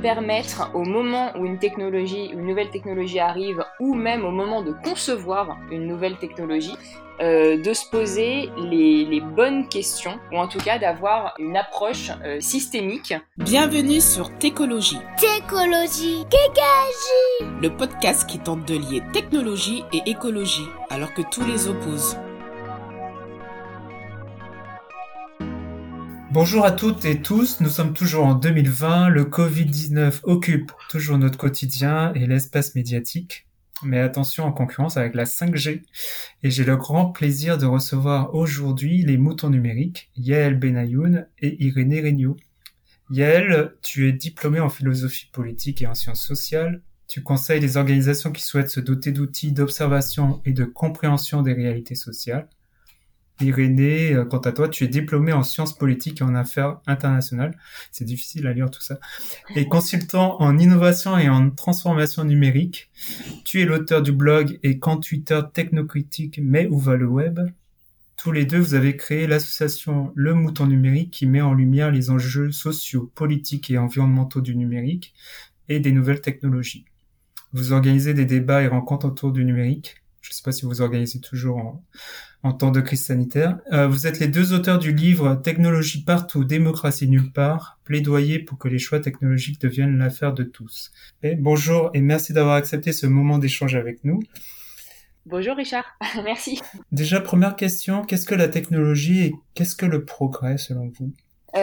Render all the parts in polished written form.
permettre au moment où une nouvelle technologie arrive, ou même au moment de concevoir une nouvelle technologie, de se poser les bonnes questions, ou en tout cas d'avoir une approche systémique. Bienvenue sur Técologie. Técologie, Kékagie, le podcast qui tente de lier technologie et écologie, alors que tous les opposent. Bonjour à toutes et tous, nous sommes toujours en 2020, le Covid-19 occupe toujours notre quotidien et l'espace médiatique, mais attention en concurrence avec la 5G. Et j'ai le grand plaisir de recevoir aujourd'hui les moutons numériques, Yael Benayoun et Irénée Regnault. Yael, tu es diplômée en philosophie politique et en sciences sociales. Tu conseilles les organisations qui souhaitent se doter d'outils d'observation et de compréhension des réalités sociales. Irénée, quant à toi, tu es diplômée en sciences politiques et en affaires internationales. C'est difficile à lire tout ça. Et consultant en innovation et en transformation numérique. Tu es l'auteur du blog et compte Twitter technocritique Mais où va le web? Tous les deux, vous avez créé l'association Le Mouton Numérique qui met en lumière les enjeux sociaux, politiques et environnementaux du numérique et des nouvelles technologies. Vous organisez des débats et rencontres autour du numérique. Je ne sais pas si vous organisez toujours en temps de crise sanitaire. Vous êtes les deux auteurs du livre Technologie partout, démocratie nulle part, plaidoyer pour que les choix technologiques deviennent l'affaire de tous. Bonjour et merci d'avoir accepté ce moment d'échange avec nous. Bonjour Richard, merci. Déjà, première question, qu'est-ce que la technologie et qu'est-ce que le progrès selon vous?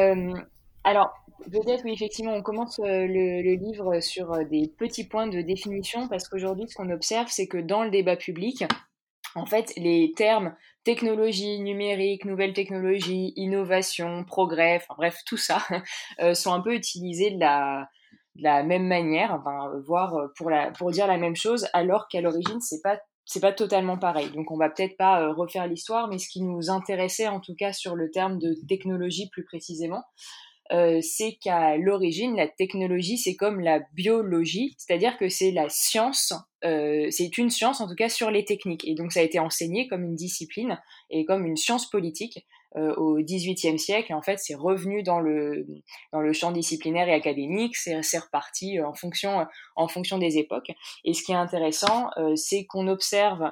Alors, peut-être oui, effectivement, on commence le livre sur des petits points de définition parce qu'aujourd'hui, ce qu'on observe, c'est que dans le débat public, en fait, les termes technologie, numérique, nouvelle technologie, innovation, progrès, enfin bref, tout ça, sont un peu utilisés de la même manière, enfin, voire pour dire la même chose, alors qu'à l'origine, c'est pas totalement pareil. Donc on va peut-être pas refaire l'histoire, mais ce qui nous intéressait en tout cas sur le terme de technologie plus précisément, c'est qu'à l'origine, la technologie, c'est comme la biologie, c'est-à-dire que c'est la science, c'est une science en tout cas sur les techniques. Et donc ça a été enseigné comme une discipline et comme une science politique au XVIIIe siècle. Et en fait, c'est revenu dans le champ disciplinaire et académique, c'est reparti en fonction des époques. Et ce qui est intéressant, c'est qu'on observe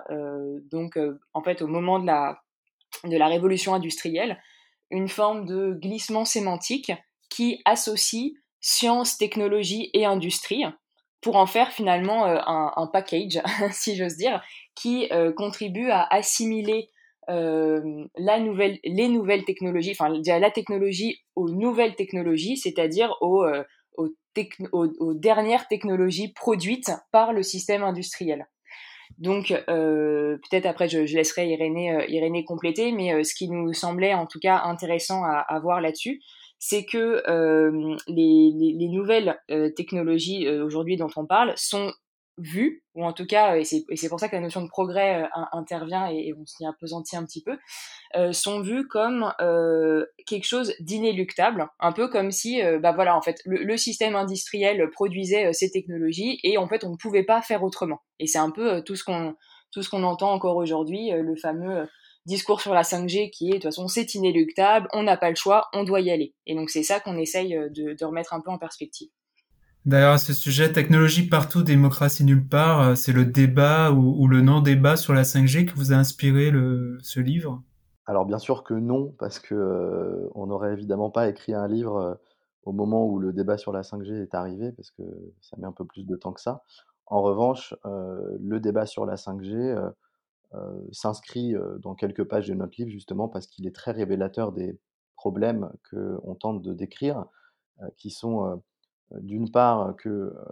en fait au moment de la révolution industrielle, une forme de glissement sémantique qui associe science, technologie et industrie pour en faire finalement un package, si j'ose dire, qui contribue à assimiler les nouvelles technologies, enfin la technologie aux nouvelles technologies, c'est-à-dire aux dernières technologies produites par le système industriel. Donc peut-être après je laisserai Irénée compléter, mais ce qui nous semblait en tout cas intéressant à voir là-dessus, c'est que les nouvelles technologies aujourd'hui dont on parle sont vues, ou en tout cas, et c'est pour ça que la notion de progrès intervient et on s'y appesantit un petit peu, sont vues comme quelque chose d'inéluctable, un peu comme si, en fait, le système industriel produisait ces technologies et en fait, on ne pouvait pas faire autrement. Et c'est un peu tout ce qu'on entend encore aujourd'hui, le fameux discours sur la 5G qui est, de toute façon, c'est inéluctable, on n'a pas le choix, on doit y aller. Et donc, c'est ça qu'on essaye de remettre un peu en perspective. D'ailleurs, à ce sujet, technologie partout, démocratie nulle part, c'est le débat ou le non-débat sur la 5G qui vous a inspiré ce livre? Alors bien sûr que non, parce que, on n'aurait évidemment pas écrit un livre, au moment où le débat sur la 5G est arrivé, parce que ça met un peu plus de temps que ça. En revanche, le débat sur la 5G, s'inscrit, dans quelques pages de notre livre justement parce qu'il est très révélateur des problèmes qu'on tente de décrire, qui sont, d'une part, que,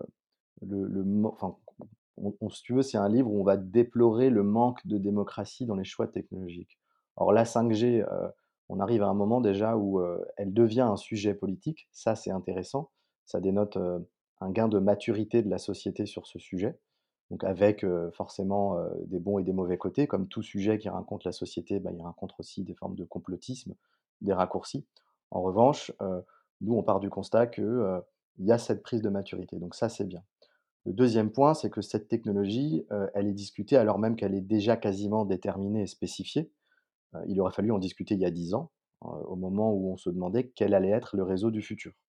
le man enfin, si tu veux, c'est un livre où on va déplorer le manque de démocratie dans les choix technologiques. Or la 5G, on arrive à un moment déjà où, elle devient un sujet politique. Ça, c'est intéressant. Ça dénote, un gain de maturité de la société sur ce sujet. Donc avec, forcément, des bons et des mauvais côtés. Comme tout sujet qui raconte la société, bah, il rencontre aussi des formes de complotisme, des raccourcis. En revanche, nous, on part du constat que, il y a cette prise de maturité. Donc ça, c'est bien. Le deuxième point, c'est que cette technologie, elle est discutée alors même qu'elle est déjà quasiment déterminée et spécifiée. Il aurait fallu en discuter il y a 10 ans, au moment où on se demandait quel allait être le réseau du futur.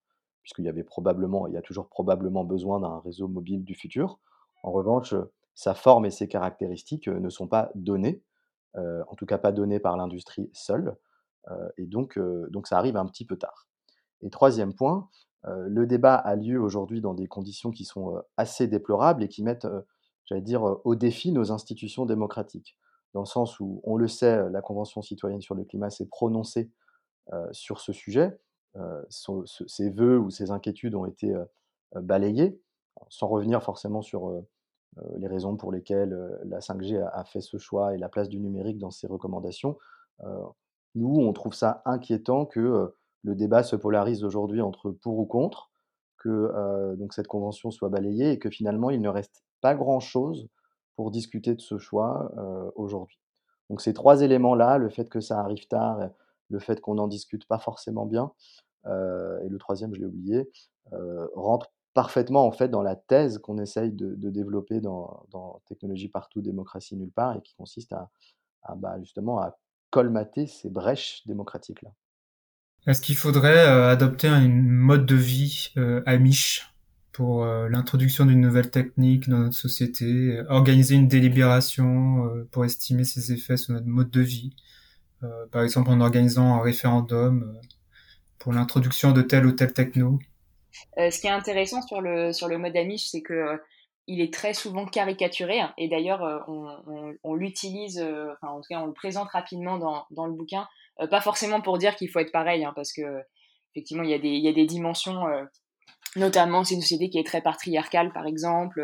puisqu'il y avait probablement, il y a toujours probablement besoin d'un réseau mobile du futur. En revanche, sa forme et ses caractéristiques, ne sont pas données, en tout cas pas données par l'industrie seule, et donc ça arrive un petit peu tard. Et troisième point, le débat a lieu aujourd'hui dans des conditions qui sont, assez déplorables et qui mettent, j'allais dire, au défi nos institutions démocratiques. Dans le sens où, on le sait, la Convention citoyenne sur le climat s'est prononcée, sur ce sujet. Ses vœux ou ses inquiétudes ont été, balayés, sans revenir forcément sur, les raisons pour lesquelles, la 5G a fait ce choix et la place du numérique dans ses recommandations. Heu, Nous, on trouve ça inquiétant que, le débat se polarise aujourd'hui entre pour ou contre, que, donc cette convention soit balayée et que finalement il ne reste pas grand-chose pour discuter de ce choix, aujourd'hui. Donc ces 3 éléments-là, le fait que ça arrive tard, le fait qu'on n'en discute pas forcément bien, et le troisième je l'ai oublié, rentre parfaitement en fait dans la thèse qu'on essaye de développer dans Technologie partout, démocratie nulle part et qui consiste bah, justement à colmater ces brèches démocratiques-là. Est-ce qu'il faudrait adopter un mode de vie Amish pour l'introduction d'une nouvelle technique dans notre société, organiser une délibération pour estimer ses effets sur notre mode de vie, par exemple en organisant un référendum pour l'introduction de telle ou telle techno? Ce qui est intéressant sur le mode Amish, c'est que il est très souvent caricaturé, hein, et d'ailleurs on l'utilise, enfin en tout cas on le présente rapidement dans le bouquin, pas forcément pour dire qu'il faut être pareil, hein, parce que effectivement il y a des dimensions, notamment c'est une société qui est très patriarcale par exemple,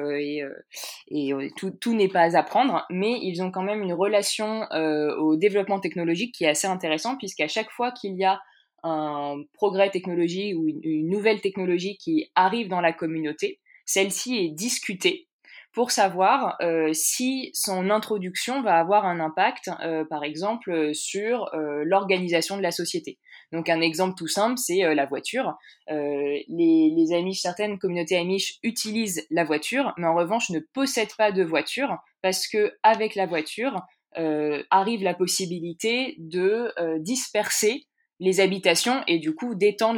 tout n'est pas à prendre, mais ils ont quand même une relation au développement technologique qui est assez intéressant, puisqu'à chaque fois qu'il y a un progrès technologique ou une nouvelle technologie qui arrive dans la communauté, celle-ci est discutée pour savoir si son introduction va avoir un impact, par exemple, sur l'organisation de la société. Donc un exemple tout simple, c'est la voiture. Les Amish, certaines communautés Amish utilisent la voiture, mais en revanche ne possèdent pas de voiture parce que avec la voiture arrive la possibilité de disperser les habitations et du coup d'étendre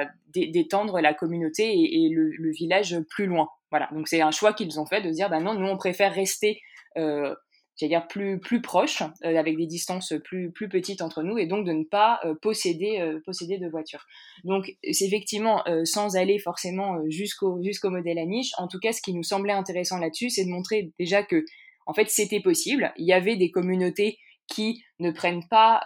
la communauté et le village plus loin. Voilà, donc c'est un choix qu'ils ont fait de dire bah non, nous on préfère rester j'allais dire plus proches, avec des distances plus petites entre nous, et donc de ne pas posséder de voiture. Donc c'est effectivement, sans aller forcément jusqu'au modèle Amish, en tout cas ce qui nous semblait intéressant là-dessus, c'est de montrer déjà que en fait c'était possible. Il y avait des communautés qui ne prennent pas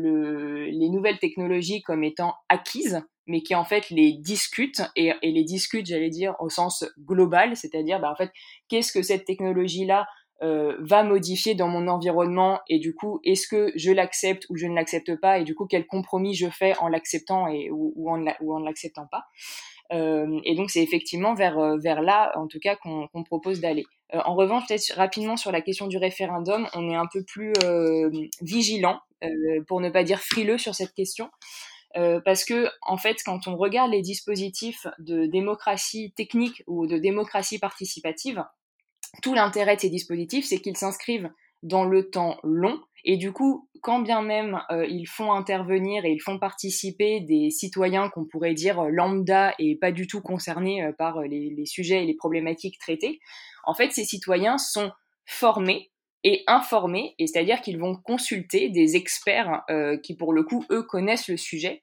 les nouvelles technologies comme étant acquises, mais qui en fait les discutent, et les discutent, j'allais dire, au sens global, c'est-à-dire bah, en fait, qu'est-ce que cette technologie-là va modifier dans mon environnement, et du coup, est-ce que je l'accepte ou je ne l'accepte pas, et du coup, quel compromis je fais en l'acceptant ou en ne l'acceptant pas. Et donc, c'est effectivement vers là, en tout cas, qu'on propose d'aller. En revanche, peut-être rapidement sur la question du référendum, on est un peu plus vigilant, pour ne pas dire frileux sur cette question. Parce que, en fait, quand on regarde les dispositifs de démocratie technique ou de démocratie participative, tout l'intérêt de ces dispositifs, c'est qu'ils s'inscrivent dans le temps long, et du coup, quand bien même ils font intervenir et ils font participer des citoyens qu'on pourrait dire lambda et pas du tout concernés par les sujets et les problématiques traitées, en fait, ces citoyens sont formés et informés, et c'est-à-dire qu'ils vont consulter des experts qui, pour le coup, eux, connaissent le sujet,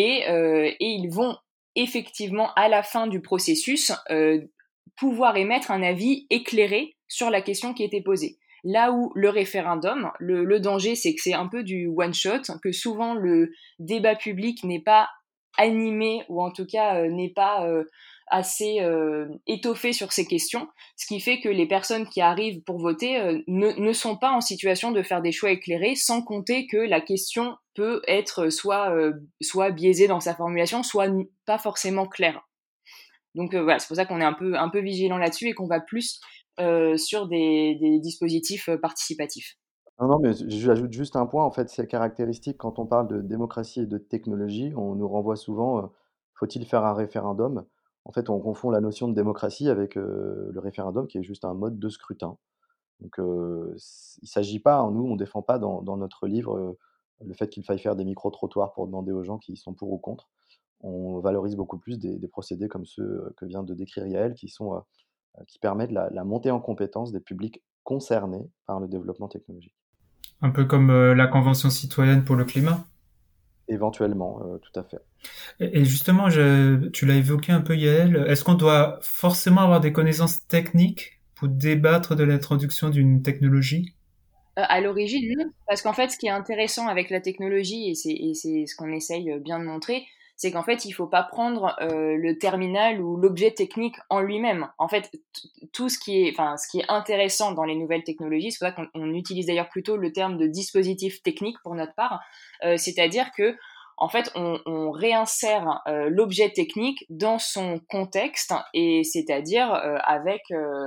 et ils vont effectivement, à la fin du processus, pouvoir émettre un avis éclairé sur la question qui était posée. Là où le référendum, le danger, c'est que c'est un peu du one-shot, que souvent le débat public n'est pas animé, ou en tout cas n'est pas assez étoffé sur ces questions, ce qui fait que les personnes qui arrivent pour voter ne sont pas en situation de faire des choix éclairés, sans compter que la question peut être soit biaisée dans sa formulation, soit pas forcément claire. Donc voilà, c'est pour ça qu'on est un peu vigilant là-dessus, et qu'on va plus sur des dispositifs participatifs. Non, non, mais j'ajoute juste un point, en fait, c'est caractéristique quand on parle de démocratie et de technologie, on nous renvoie souvent, faut-il faire un référendum? En fait, on confond la notion de démocratie avec, le référendum qui est juste un mode de scrutin. Donc, il s'agit pas, nous, on défend pas dans notre livre, le fait qu'il faille faire des micro-trottoirs pour demander aux gens qui sont pour ou contre. on valorise beaucoup plus des procédés comme ceux que vient de décrire Yael, qui permettent la montée en compétence des publics concernés par le développement technologique. Un peu comme la Convention citoyenne pour le climat. Éventuellement, tout à fait. Et justement, tu l'as évoqué un peu, Yael, est-ce qu'on doit forcément avoir des connaissances techniques pour débattre de l'introduction d'une technologie? À l'origine, non. Parce qu'en fait, ce qui est intéressant avec la technologie, et c'est ce qu'on essaye bien de montrer, c'est qu'en fait, il faut pas prendre le terminal ou l'objet technique en lui-même. En fait, tout ce qui est intéressant dans les nouvelles technologies, c'est pour ça qu'on utilise d'ailleurs plutôt le terme de dispositif technique pour notre part, c'est-à-dire que en fait, on réinsère l'objet technique dans son contexte, et c'est-à-dire avec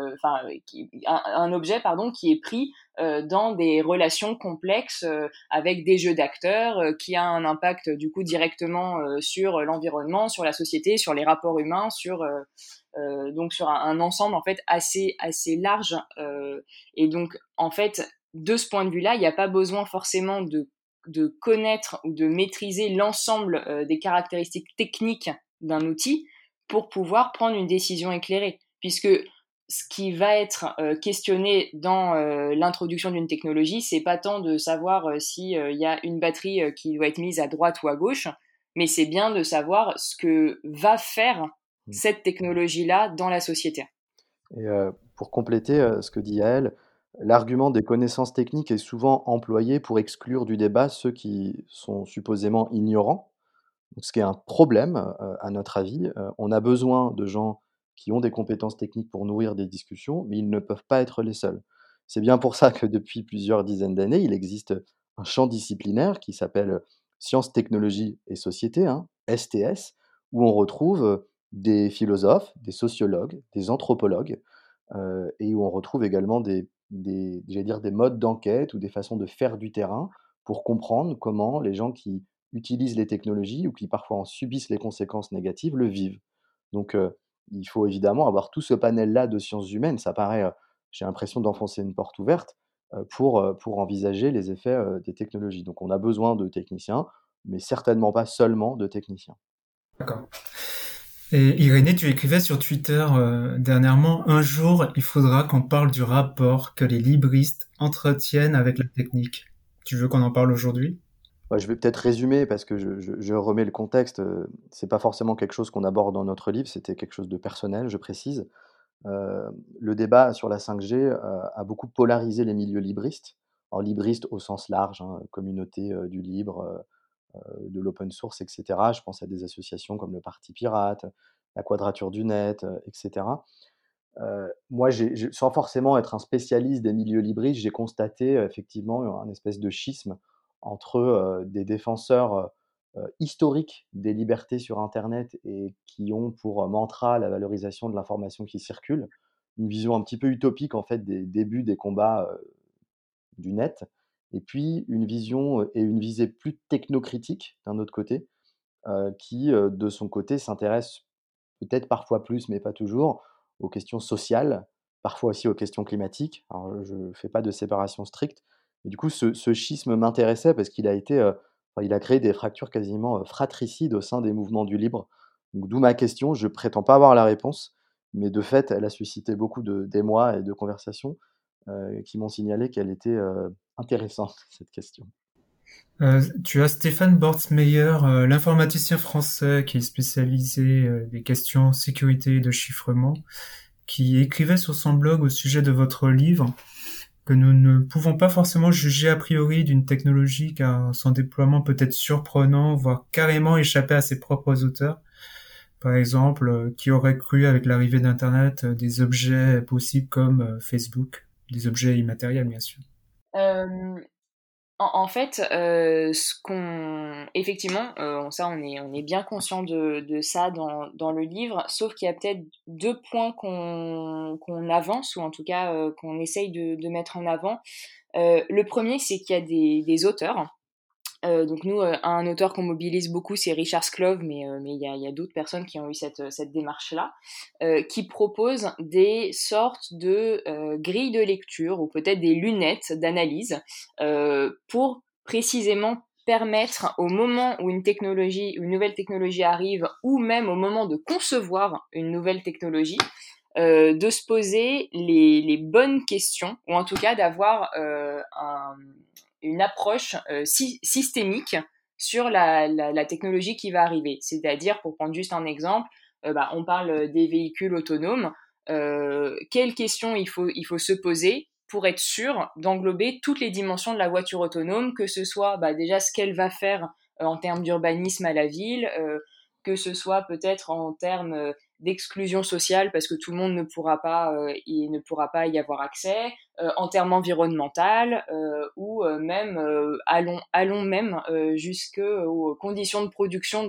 un objet pardon qui est pris dans des relations complexes avec des jeux d'acteurs qui a un impact du coup directement sur l'environnement, sur la société, sur les rapports humains, donc sur un ensemble en fait assez large. Et donc en fait, de ce point de vue-là, il n'y a pas besoin forcément de connaître ou de maîtriser l'ensemble des caractéristiques techniques d'un outil pour pouvoir prendre une décision éclairée, puisque ce qui va être questionné dans l'introduction d'une technologie, c'est pas tant de savoir si y a une batterie qui doit être mise à droite ou à gauche, mais c'est bien de savoir ce que va faire Mmh. cette technologie-là dans la société. Et pour compléter, ce que dit Yael, l'argument des connaissances techniques est souvent employé pour exclure du débat ceux qui sont supposément ignorants. Donc ce qui est un problème, à notre avis. On a besoin de gens qui ont des compétences techniques pour nourrir des discussions, mais ils ne peuvent pas être les seuls. C'est bien pour ça que depuis plusieurs dizaines d'années, il existe un champ disciplinaire qui s'appelle Sciences, technologies et société, hein, STS, où on retrouve, des philosophes, des sociologues, des anthropologues, et où on retrouve également j'allais dire des modes d'enquête ou des façons de faire du terrain pour comprendre comment les gens qui utilisent les technologies ou qui parfois en subissent les conséquences négatives le vivent. Donc, il faut évidemment avoir tout ce panel-là de sciences humaines. Ça paraît, j'ai l'impression d'enfoncer une porte ouverte, pour envisager les effets, des technologies. Donc on a besoin de techniciens, mais certainement pas seulement de techniciens. D'accord. Et Irénée, tu écrivais sur Twitter dernièrement, un jour, il faudra qu'on parle du rapport que les libristes entretiennent avec la technique. Tu veux qu'on en parle aujourd'hui? Bah, je vais peut-être résumer parce que je remets le contexte, c'est pas forcément quelque chose qu'on aborde dans notre livre, c'était quelque chose de personnel, je précise. Heu, le débat sur la 5G, a beaucoup polarisé les milieux libristes. Alors libristes au sens large, hein, communauté, du libre, de l'open source et cetera. Je pense à des associations comme le Parti pirate, la Quadrature du net, et cetera. Moi, sans forcément être un spécialiste des milieux libristes, j'ai constaté, effectivement un espèce de schisme entre, des défenseurs, historiques des libertés sur internet et qui ont pour mantra la valorisation de l'information qui circule. Une vision un petit peu utopique, en fait, des débuts des combats, du net, et puis une vision, et une visée plus technocritique d'un autre côté, qui, de son côté s'intéresse peut-être parfois plus, mais pas toujours, aux questions sociales, parfois aussi aux questions climatiques. Alors, je ne fais pas de séparation stricte, mais du coup, ce schisme m'intéressait parce qu'il a été, enfin, il a créé des fractures quasiment, fratricides au sein des mouvements du libre. Donc d'où ma question, je prétends pas avoir la réponse, mais de fait, elle a suscité beaucoup d'émoi et de conversations, qui m'ont signalé qu'elle était, intéressante, cette question. Tu as Stéphane Bortsmeyer, l'informaticien français qui est spécialisé des questions sécurité et de chiffrement, qui écrivait sur son blog au sujet de votre livre que nous ne pouvons pas forcément juger a priori d'une technologie car son déploiement peut être surprenant, voire carrément échapper à ses propres auteurs. Par exemple, qui aurait cru avec l'arrivée d'Internet des objets possibles comme Facebook, des objets immatériels bien sûr. Euh, en fait, effectivement, ça, on est bien conscient de ça dans le livre, sauf qu'il y a peut-être deux points qu'on avance, ou en tout cas qu'on essaye de mettre en avant. Le premier, c'est qu'il y a des auteurs. Donc nous, un auteur qu'on mobilise beaucoup, c'est Richard Sklow, mais il y a d'autres personnes qui ont eu cette démarche-là, qui proposent des sortes de grilles de lecture ou peut-être des lunettes d'analyse pour précisément permettre au moment où une nouvelle technologie arrive, ou même au moment de concevoir une nouvelle technologie, de se poser les bonnes questions, ou en tout cas d'avoir une approche systémique sur la technologie qui va arriver. C'est-à-dire, pour prendre juste un exemple, on parle des véhicules autonomes. Quelles questions il faut se poser pour être sûr d'englober toutes les dimensions de la voiture autonome, que ce soit déjà ce qu'elle va faire en termes d'urbanisme à la ville, que ce soit peut-être en termes d'exclusion sociale parce que tout le monde ne pourra pas y avoir accès, en termes environnementaux, ou même allons même jusqu'aux conditions de production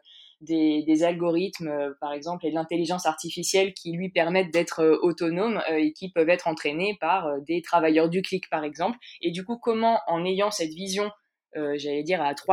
des algorithmes, par exemple, et de l'intelligence artificielle qui lui permettent d'être autonomes et qui peuvent être entraînés par des travailleurs du clic, par exemple. Et du coup, comment, en ayant cette vision, j'allais dire à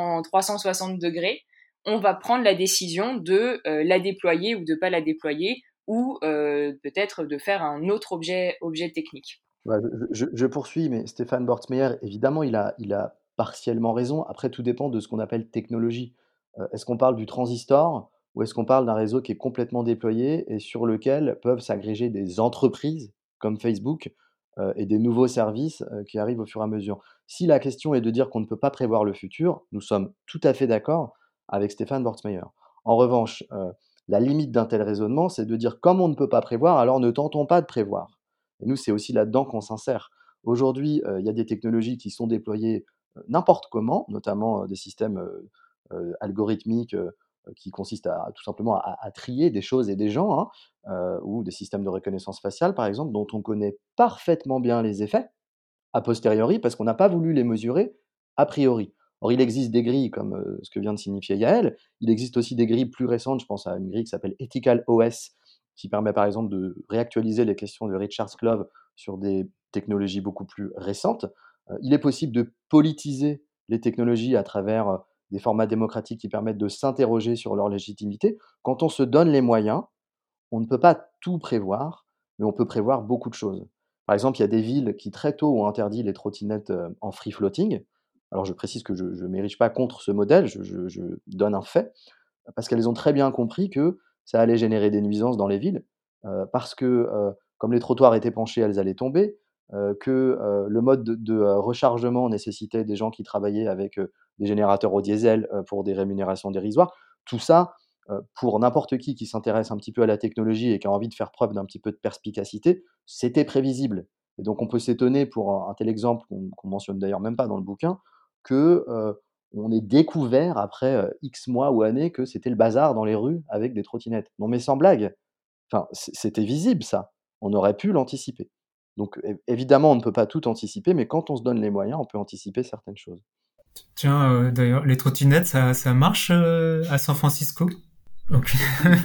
360 degrés, on va prendre la décision de la déployer ou de pas la déployer, ou peut-être de faire un autre objet technique. Ouais, je poursuis, mais Stéphane Bortsmeyer, évidemment, il a partiellement raison. Après, tout dépend de ce qu'on appelle technologie. Est-ce qu'on parle du transistor ou est-ce qu'on parle d'un réseau qui est complètement déployé et sur lequel peuvent s'agréger des entreprises comme Facebook, et des nouveaux services, qui arrivent au fur et à mesure? Si la question est de dire qu'on ne peut pas prévoir le futur, nous sommes tout à fait d'accord avec Stéphane Bortsmeyer. En revanche, la limite d'un tel raisonnement, c'est de dire: «Comme on ne peut pas prévoir, alors ne tentons pas de prévoir». Et nous, c'est aussi là-dedans qu'on s'insère. Aujourd'hui, il y a des technologies qui sont déployées, n'importe comment, notamment, des systèmes, algorithmiques, qui consistent à tout simplement à trier des choses et des gens, hein, ou des systèmes de reconnaissance faciale, par exemple, dont on connaît parfaitement bien les effets, a posteriori, parce qu'on n'a pas voulu les mesurer a priori. Or, il existe des grilles comme, ce que vient de signifier Yael. Il existe aussi des grilles plus récentes, je pense à une grille qui s'appelle Ethical OS, qui permet par exemple de réactualiser les questions de Richard Klove sur des technologies beaucoup plus récentes. Il est possible de politiser les technologies à travers, des formats démocratiques qui permettent de s'interroger sur leur légitimité. Quand on se donne les moyens, on ne peut pas tout prévoir, mais on peut prévoir beaucoup de choses. Par exemple, il y a des villes qui très tôt ont interdit les trottinettes, en free floating. Alors je précise que je ne m'érige pas contre ce modèle, je donne un fait, parce qu'elles ont très bien compris que ça allait générer des nuisances dans les villes, parce que, comme les trottoirs étaient penchés, elles allaient tomber, que, le mode de rechargement nécessitait des gens qui travaillaient avec, des générateurs au diesel, pour des rémunérations dérisoires. Tout ça, pour n'importe qui s'intéresse un petit peu à la technologie et qui a envie de faire preuve d'un petit peu de perspicacité, c'était prévisible. Et donc on peut s'étonner pour un tel exemple qu'on mentionne d'ailleurs même pas dans le bouquin, que, on ait découvert après, X mois ou années que c'était le bazar dans les rues avec des trottinettes. Non mais sans blague, enfin c'était visible ça. On aurait pu l'anticiper. Donc évidemment on ne peut pas tout anticiper, mais quand on se donne les moyens, on peut anticiper certaines choses. Tiens, d'ailleurs, les trottinettes, ça marche à San Francisco? Ok.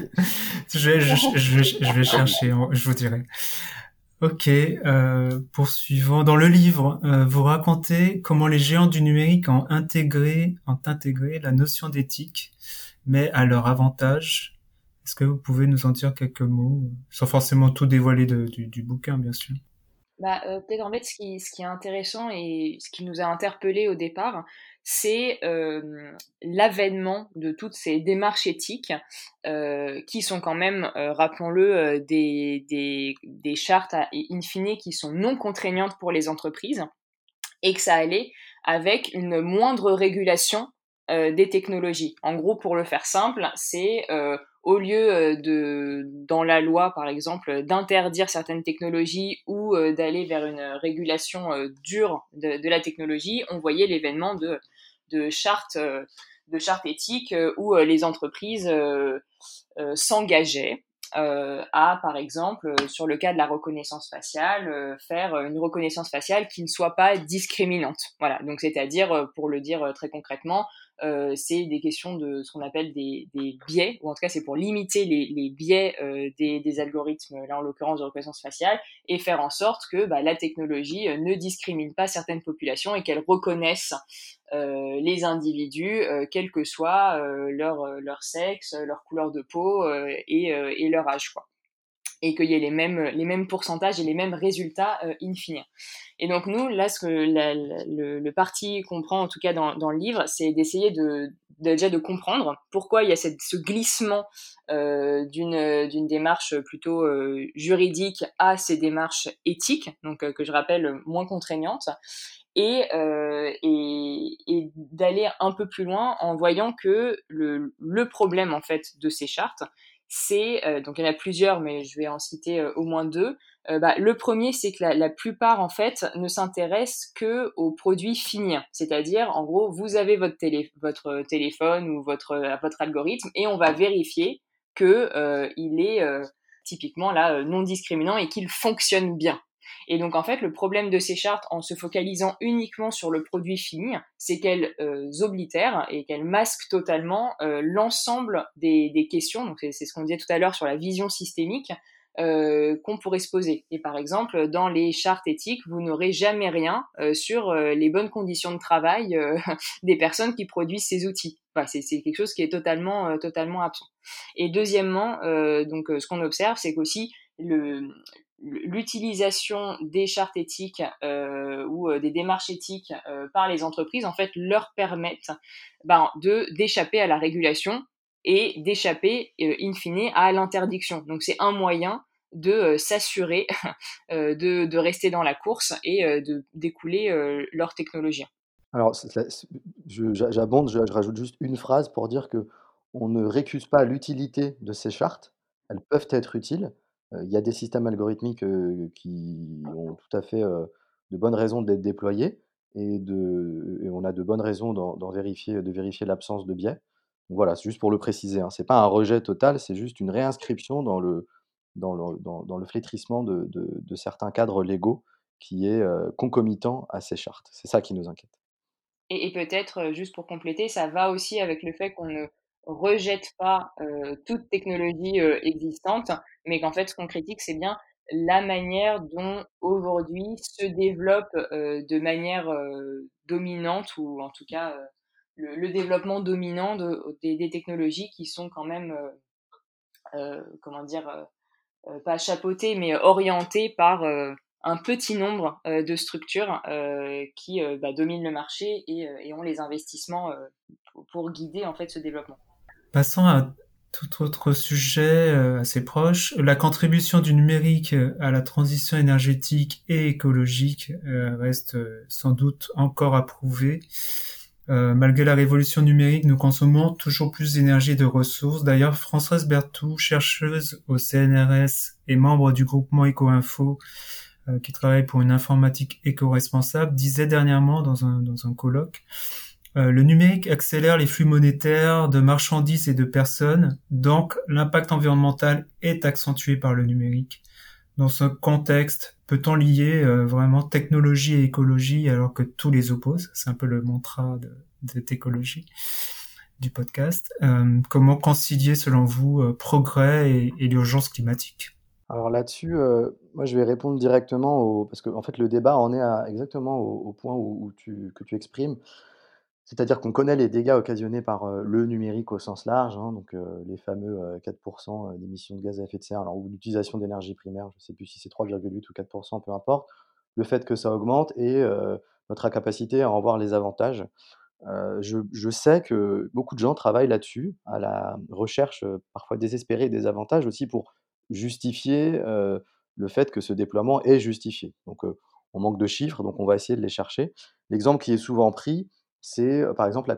Je vais chercher, je vous dirai. Ok, poursuivant. Dans le livre, vous racontez comment les géants du numérique ont intégré la notion d'éthique, mais à leur avantage. Est-ce que vous pouvez nous en dire quelques mots, sans forcément tout dévoiler du bouquin, bien sûr? Peut-être en fait ce qui est intéressant et ce qui nous a interpellés au départ, c'est l'avènement de toutes ces démarches éthiques qui sont quand même, rappelons-le, des chartes in fine qui sont non contraignantes pour les entreprises, et que ça allait avec une moindre régulation des technologies. En gros, pour le faire simple, c'est au lieu dans la loi, par exemple, d'interdire certaines technologies ou d'aller vers une régulation dure de la technologie, on voyait l'événement de chartes, de chartes éthiques où les entreprises s'engageaient à, par exemple, sur le cas de la reconnaissance faciale, faire une reconnaissance faciale qui ne soit pas discriminante. Voilà, donc c'est-à-dire, pour le dire très concrètement, c'est des questions de ce qu'on appelle des biais, ou en tout cas c'est pour limiter les biais des algorithmes, là en l'occurrence de reconnaissance faciale, et faire en sorte que la technologie ne discrimine pas certaines populations et qu'elle reconnaisse les individus, quel que soit leur sexe, leur couleur de peau et leur âge, quoi. et qu'il y ait les mêmes pourcentages et les mêmes résultats in fine. Et donc nous, là, le parti qu'on prend, en tout cas dans le livre, c'est d'essayer déjà de comprendre pourquoi il y a ce glissement d'une démarche plutôt juridique à ces démarches éthiques, donc que je rappelle moins contraignantes, et d'aller un peu plus loin en voyant que le problème en fait de ces chartes, c'est donc il y en a plusieurs, mais je vais en citer au moins deux. Le premier, c'est que la plupart en fait ne s'intéressent que aux produits finis, c'est-à-dire en gros vous avez votre téléphone ou votre algorithme et on va vérifier que il est typiquement là non discriminant et qu'il fonctionne bien. Et donc en fait, le problème de ces chartes, en se focalisant uniquement sur le produit fini, c'est qu'elles oblitèrent et qu'elles masquent totalement l'ensemble des questions. Donc c'est ce qu'on disait tout à l'heure sur la vision systémique qu'on pourrait se poser. Et par exemple, dans les chartes éthiques, vous n'aurez jamais rien sur les bonnes conditions de travail des personnes qui produisent ces outils. Enfin, c'est quelque chose qui est totalement absent. Et deuxièmement, ce qu'on observe, c'est qu'aussi l'utilisation des chartes éthiques ou des démarches éthiques par les entreprises en fait leur permettent d'échapper à la régulation et d'échapper in fine à l'interdiction. Donc c'est un moyen de s'assurer de rester dans la course et d'écouler leur technologie. Alors, j'abonde, je rajoute juste une phrase pour dire que on ne récuse pas l'utilité de ces chartes. Elles peuvent être utiles. Il y a des systèmes algorithmiques qui ont tout à fait de bonnes raisons d'être déployés et on a de bonnes raisons de vérifier l'absence de biais. Donc voilà, c'est juste pour le préciser, hein. C'est pas un rejet total, c'est juste une réinscription dans le flétrissement de certains cadres légaux qui est concomitant à ces chartes. C'est ça qui nous inquiète. Et peut-être, juste pour compléter, ça va aussi avec le fait qu'on ne rejette pas toute technologie existante, mais qu'en fait, ce qu'on critique, c'est bien la manière dont aujourd'hui se développe de manière dominante, ou en tout cas le développement dominant des technologies qui sont quand même, comment dire, pas chapeautées, mais orientées par un petit nombre de structures qui dominent le marché et ont les investissements pour guider en fait ce développement. Passons à tout autre sujet assez proche, la contribution du numérique à la transition énergétique et écologique reste sans doute encore à prouver. Malgré la révolution numérique, nous consommons toujours plus d'énergie et de ressources. D'ailleurs, Françoise Berthoud, chercheuse au CNRS et membre du groupement Ecoinfo, qui travaille pour une informatique éco-responsable, disait dernièrement dans un colloque: le numérique accélère les flux monétaires de marchandises et de personnes, donc l'impact environnemental est accentué par le numérique. Dans ce contexte, peut-on lier vraiment technologie et écologie alors que tout les oppose? C'est un peu le mantra de cette écologie du podcast. Comment concilier, selon vous, progrès et l'urgence climatique? Alors là-dessus, moi je vais répondre directement parce que en fait le débat en est exactement au point que tu exprimes. C'est-à-dire qu'on connaît les dégâts occasionnés par le numérique au sens large, hein, donc les fameux 4% d'émissions de gaz à effet de serre, alors, ou l'utilisation d'énergie primaire, je ne sais plus si c'est 3,8 ou 4%, peu importe. Le fait que ça augmente et notre incapacité à en voir les avantages. Je sais que beaucoup de gens travaillent là-dessus, à la recherche, parfois désespérée des avantages aussi pour justifier le fait que ce déploiement est justifié. Donc on manque de chiffres, donc on va essayer de les chercher. L'exemple qui est souvent pris, c'est par exemple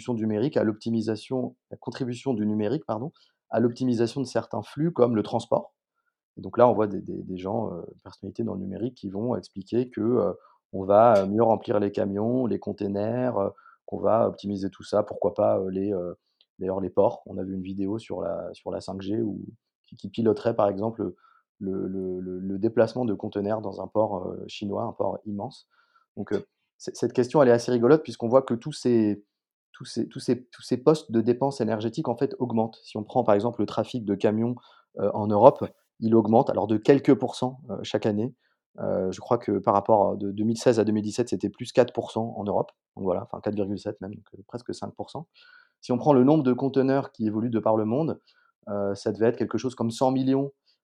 la contribution du numérique, pardon, à l'optimisation de certains flux comme le transport. Et donc là, on voit des gens, personnalités dans le numérique qui vont expliquer que on va mieux remplir les camions, les containers, qu'on va optimiser tout ça. Pourquoi pas d'ailleurs les ports. On a vu une vidéo sur la 5G qui piloterait par exemple le déplacement de conteneurs dans un port chinois, un port immense. Donc cette question, elle est assez rigolote puisqu'on voit que tous ces postes de dépenses énergétiques en fait augmentent. Si on prend par exemple le trafic de camions en Europe, il augmente, alors de quelques pourcents chaque année. Je crois que par rapport de 2016 à 2017, c'était plus 4% en Europe. Donc voilà, enfin 4,7 même, donc presque 5%. Si on prend le nombre de conteneurs qui évoluent de par le monde, ça devait être quelque chose comme 100 millions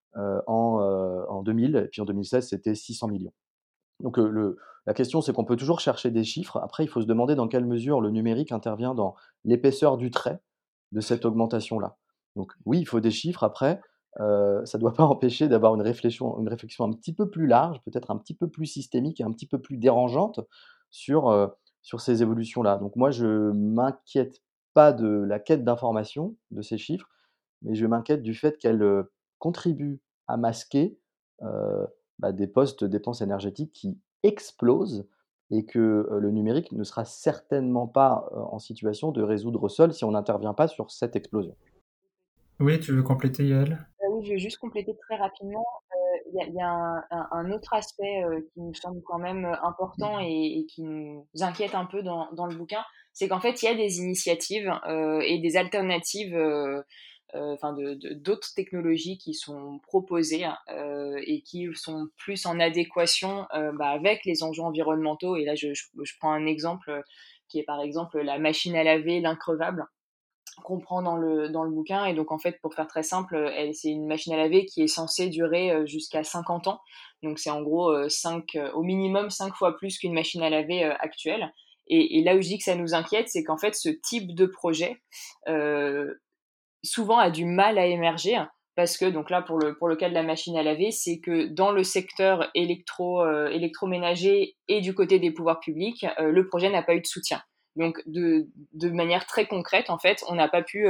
en 2000, et puis en 2016, c'était 600 millions. Donc, la question, c'est qu'on peut toujours chercher des chiffres. Après, il faut se demander dans quelle mesure le numérique intervient dans l'épaisseur du trait de cette augmentation-là. Donc oui, il faut des chiffres. Après, ça ne doit pas empêcher d'avoir une réflexion un petit peu plus large, peut-être un petit peu plus systémique et un petit peu plus dérangeante sur, sur ces évolutions-là. Donc moi, je m'inquiète pas de la quête d'information de ces chiffres, mais je m'inquiète du fait qu'elles, contribuent à masquer, heu, des postes de dépenses énergétiques qui explosent et que, le numérique ne sera certainement pas, en situation de résoudre seul si on n'intervient pas sur cette explosion. Oui, tu veux compléter, Yael? Oui, je vais juste compléter très rapidement. Il y a un autre aspect qui nous semble quand même important et qui nous inquiète un peu dans le bouquin, c'est qu'en fait, il y a des initiatives et des alternatives, enfin d'autres technologies qui sont proposées et qui sont plus en adéquation avec les enjeux environnementaux. Et là, je prends un exemple qui est par exemple la machine à laver, l'increvable qu'on prend dans le bouquin. Et donc, en fait, pour faire très simple, c'est une machine à laver qui est censée durer jusqu'à 50 ans. Donc, c'est en gros au minimum 5 fois plus qu'une machine à laver actuelle. Et là où je dis que ça nous inquiète, c'est qu'en fait, ce type de projet, euh, souvent a du mal à émerger. Parce que, donc là, pour le cas de la machine à laver, c'est que dans le secteur électroménager et du côté des pouvoirs publics, le projet n'a pas eu de soutien. Donc, de manière très concrète, en fait, on n'a pas pu,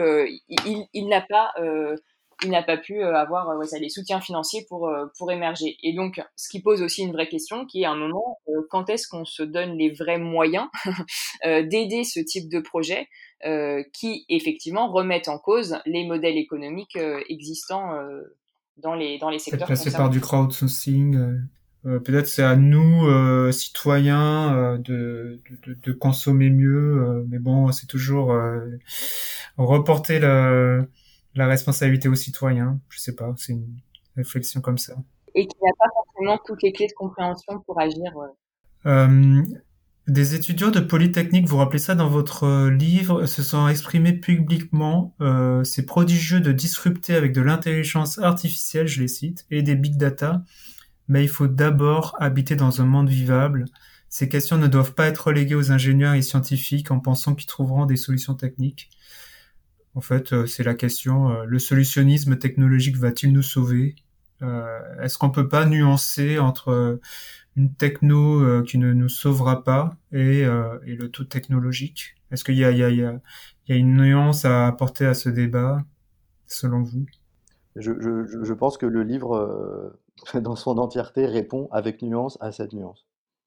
il n'a pas pu avoir les soutiens financiers pour émerger. Et donc, ce qui pose aussi une vraie question, qui est à un moment, quand est-ce qu'on se donne les vrais moyens d'aider ce type de projet qui effectivement remettent en cause les modèles économiques existants dans les Peut-être secteurs passer par concernés. du crowdsourcing. Peut-être c'est à nous, citoyens, de consommer mieux. Mais bon, c'est toujours reporter la responsabilité aux citoyens. Je sais pas, c'est une réflexion comme ça. Et qui n'a pas forcément toutes les clés de compréhension pour agir. Euh, des étudiants de Polytechnique, vous rappelez ça dans votre livre, se sont exprimés publiquement. C'est prodigieux de disrupter avec de l'intelligence artificielle, je les cite, et des big data, mais il faut d'abord habiter dans un monde vivable. Ces questions ne doivent pas être reléguées aux ingénieurs et scientifiques en pensant qu'ils trouveront des solutions techniques. En fait, c'est la question, le solutionnisme technologique va-t-il nous sauver? Est-ce qu'on peut pas nuancer entre une techno qui ne nous sauvera pas et le tout technologique? Est-ce qu'il y a, il y a une nuance à apporter à ce débat, selon vous? Je pense que le livre, dans son entièreté, répond avec nuance à cette nuance.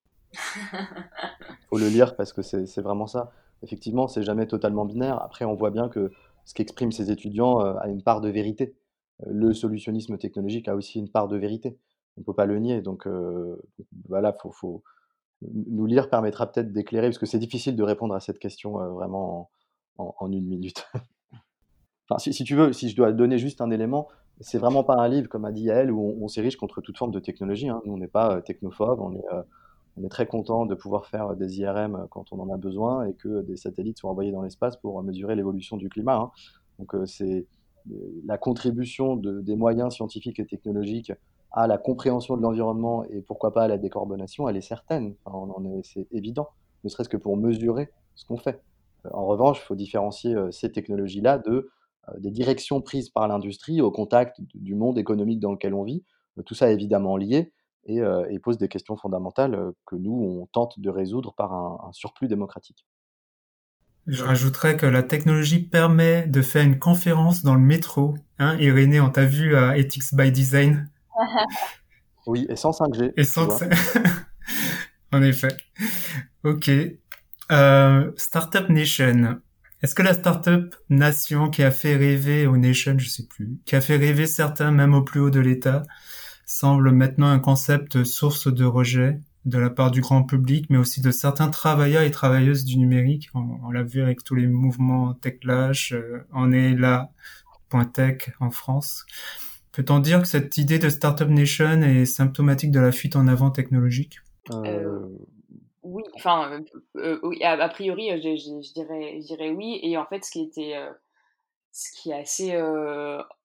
Faut le lire parce que c'est vraiment ça. Effectivement, c'est jamais totalement binaire. Après, on voit bien que ce qu'expriment ces étudiants, a une part de vérité. Le solutionnisme technologique a aussi une part de vérité. On peut pas le nier. Donc, voilà, faut nous lire permettra peut-être d'éclairer, parce que c'est difficile de répondre à cette question, vraiment en 1 minute. Enfin, si tu veux, si je dois donner juste un élément, c'est vraiment pas un livre, comme a dit Yael, où on s'érige contre toute forme de technologie, hein. Nous, on n'est pas, technophobes, on est très content de pouvoir faire des IRM quand on en a besoin et que des satellites soient envoyés dans l'espace pour mesurer l'évolution du climat, hein. Donc, c'est la contribution des moyens scientifiques et technologiques à la compréhension de l'environnement et pourquoi pas à la décarbonation, elle est certaine. Enfin, c'est évident, ne serait-ce que pour mesurer ce qu'on fait. En revanche, il faut différencier ces technologies-là des directions prises par l'industrie au contact du monde économique dans lequel on vit. Tout ça est évidemment lié et pose des questions fondamentales que nous, on tente de résoudre par un surplus démocratique. Je rajouterais que la technologie permet de faire une conférence dans le métro. Hein, Irénée, on t'a vu à Ethics by Design. Oui, et sans 5G, Et tu sans que vois. ça... En effet. Ok. Startup Nation. Est-ce que la Startup Nation qui a fait rêver aux Nation, je sais plus, qui a fait rêver certains même au plus haut de l'État, semble maintenant un concept source de rejet de la part du grand public, mais aussi de certains travailleurs et travailleuses du numérique. On l'a vu avec tous les mouvements TechLash, on est là, point tech en France. Peut-on dire que cette idée de Startup Nation est symptomatique de la fuite en avant technologique? Euh, Euh, oui, enfin, oui, a priori, je dirais oui. Et en fait, ce qui est assez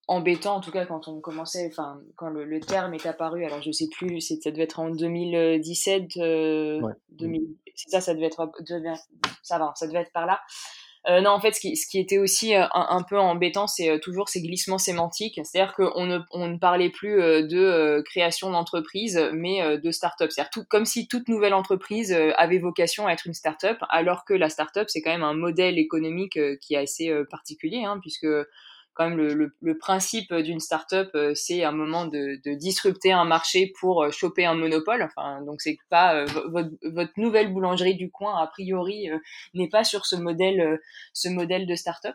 embêtant, en tout cas quand on commençait, enfin quand le terme est apparu, alors je sais plus, ça devait être en 2017, Ouais. 2000, c'est ça, ça devait être, ça va, ça devait être par là. Non, en fait, ce qui était aussi un peu embêtant, c'est toujours ces glissements sémantiques. C'est-à-dire on ne parlait plus de création d'entreprise, mais de start-up. C'est-à-dire comme si toute nouvelle entreprise avait vocation à être une start-up, alors que la start-up, c'est quand même un modèle économique qui est assez particulier, hein, puisque quand même le principe d'une start-up, c'est un moment de disrupter un marché pour choper un monopole. Enfin, donc c'est pas votre nouvelle boulangerie du coin, a priori, n'est pas sur ce modèle de start-up.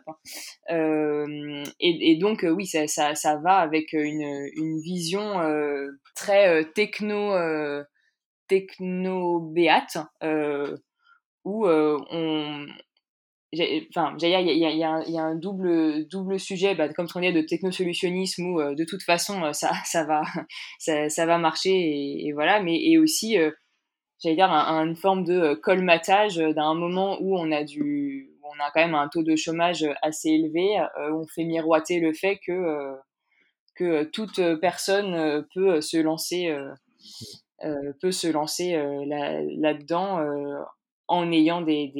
Et donc, oui, ça va avec une vision très techno-béate, où enfin, j'allais dire, il y a un double sujet, comme ce qu'on dit de technosolutionnisme, où de toute façon, ça va, ça va marcher, et voilà, mais et aussi, j'allais dire, une forme de colmatage d'un moment où on a quand même un taux de chômage assez élevé. On fait miroiter le fait que toute personne peut se lancer là-dedans, en ayant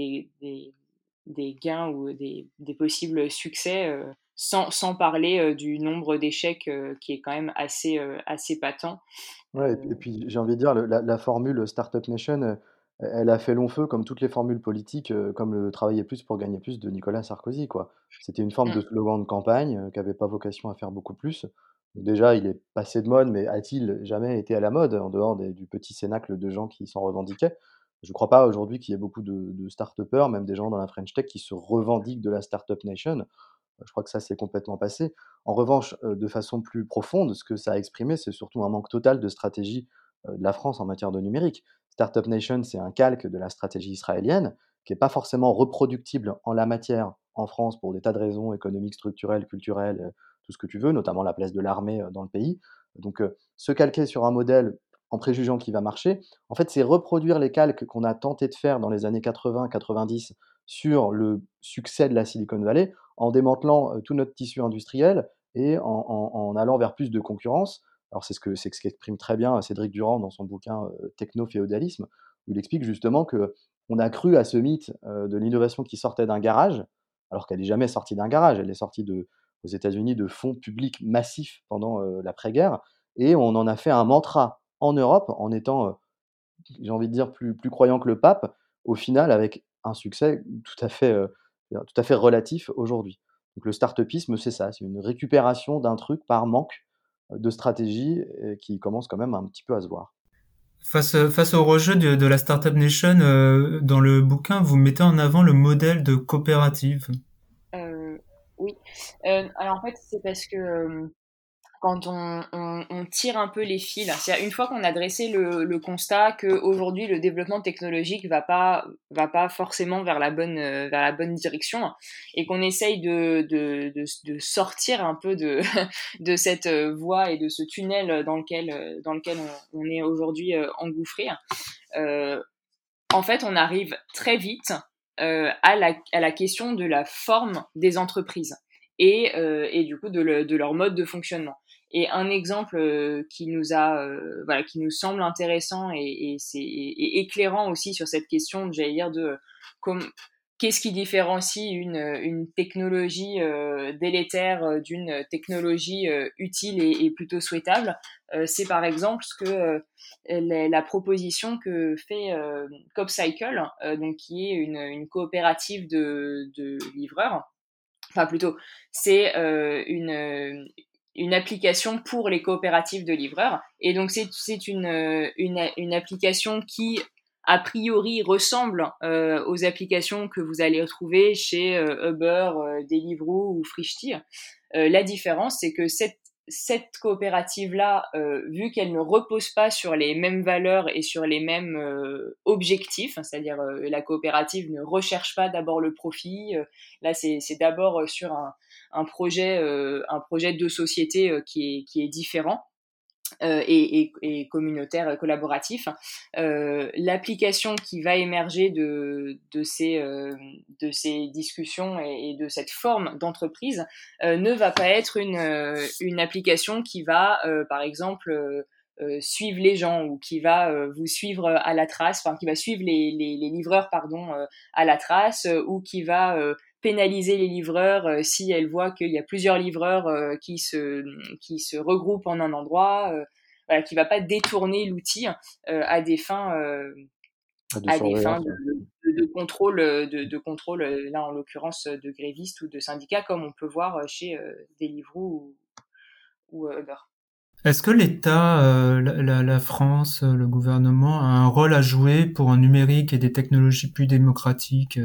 des gains ou des possibles succès, sans parler du nombre d'échecs qui est quand même assez patent. Ouais, et puis j'ai envie de dire la formule Startup Nation, elle a fait long feu comme toutes les formules politiques, comme le «travailler plus pour gagner plus» de Nicolas Sarkozy, quoi. C'était une forme de Mm. slogan de campagne, qui avait pas vocation à faire beaucoup plus. Donc déjà, il est passé de mode, mais a-t-il jamais été à la mode en dehors du petit cénacle de gens qui s'en revendiquaient? Je crois pas aujourd'hui qu'il y ait beaucoup de start-upers, même des gens dans la French Tech qui se revendiquent de la Startup Nation. Je crois que ça, c'est complètement passé. En revanche, de façon plus profonde, ce que ça a exprimé, c'est surtout un manque total de stratégie, de la France en matière de numérique. Startup Nation, c'est un calque de la stratégie israélienne, qui est pas forcément reproductible en la matière en France pour des tas de raisons économiques, structurelles, culturelles, tout ce que tu veux, notamment la place de l'armée, dans le pays. Donc, se calquer sur un modèle en préjugeant qu'il va marcher, en fait, c'est reproduire les calques qu'on a tenté de faire dans les années 80-90 sur le succès de la Silicon Valley, en démantelant, tout notre tissu industriel et en allant vers plus de concurrence. Alors c'est ce qu'exprime très bien Cédric Durand dans son bouquin, Techno-féodalisme, où il explique justement qu'on a cru à ce mythe, de l'innovation qui sortait d'un garage, alors qu'elle est jamais sortie d'un garage. Elle est sortie aux États-Unis de fonds publics massifs pendant, l'après-guerre, et on en a fait un mantra en Europe en étant, j'ai envie de dire plus croyant que le pape, au final avec un succès tout à fait relatif aujourd'hui. Donc le start-upisme, c'est ça, c'est une récupération d'un truc par manque, de stratégie, qui commence quand même un petit peu à se voir. Face au rejet de la Startup Nation, dans le bouquin, vous mettez en avant le modèle de coopérative. Euh, oui. Alors en fait, c'est parce que quand on tire un peu les fils, c'est-à-dire une fois qu'on a dressé le constat qu'aujourd'hui le développement technologique va pas forcément vers la bonne direction, et qu'on essaye de sortir un peu de de cette voie et de ce tunnel dans lequel on est aujourd'hui engouffré. Euh, En fait, on arrive très vite à la question de la forme des entreprises, et du coup de leur mode de fonctionnement. Et un exemple qui nous semble intéressant, et éclairant aussi sur cette question, j'allais dire, de comme qu'est-ce qui différencie une technologie délétère d'une technologie utile et plutôt souhaitable. C'est par exemple ce que la proposition que fait CopCycle, donc qui est une coopérative de livreurs. Enfin plutôt, c'est une application pour les coopératives de livreurs. Et donc c'est une application qui a priori ressemble aux applications que vous allez retrouver chez Uber, Deliveroo ou Frishti. La différence, c'est que cette coopérative-là, vu qu'elle ne repose pas sur les mêmes valeurs et sur les mêmes objectifs, hein, c'est-à-dire la coopérative ne recherche pas d'abord le profit, là c'est d'abord sur un projet de société qui est différent. et communautaire collaboratif. L'application qui va émerger de ces discussions et de cette forme d'entreprise ne va pas être une application qui va, par exemple, suivre les gens ou qui va vous suivre à la trace, enfin qui va suivre les livreurs pardon à la trace ou qui va pénaliser les livreurs si elle voit qu'il y a plusieurs livreurs qui se regroupent en un endroit, voilà, qui va pas détourner l'outil à des fins De à des fins surveillance, ouais. de contrôle là en l'occurrence de grévistes ou de syndicats comme on peut voir chez Deliveroo ou Uber. Est-ce que l'État, la France, le gouvernement a un rôle à jouer pour un numérique et des technologies plus démocratiques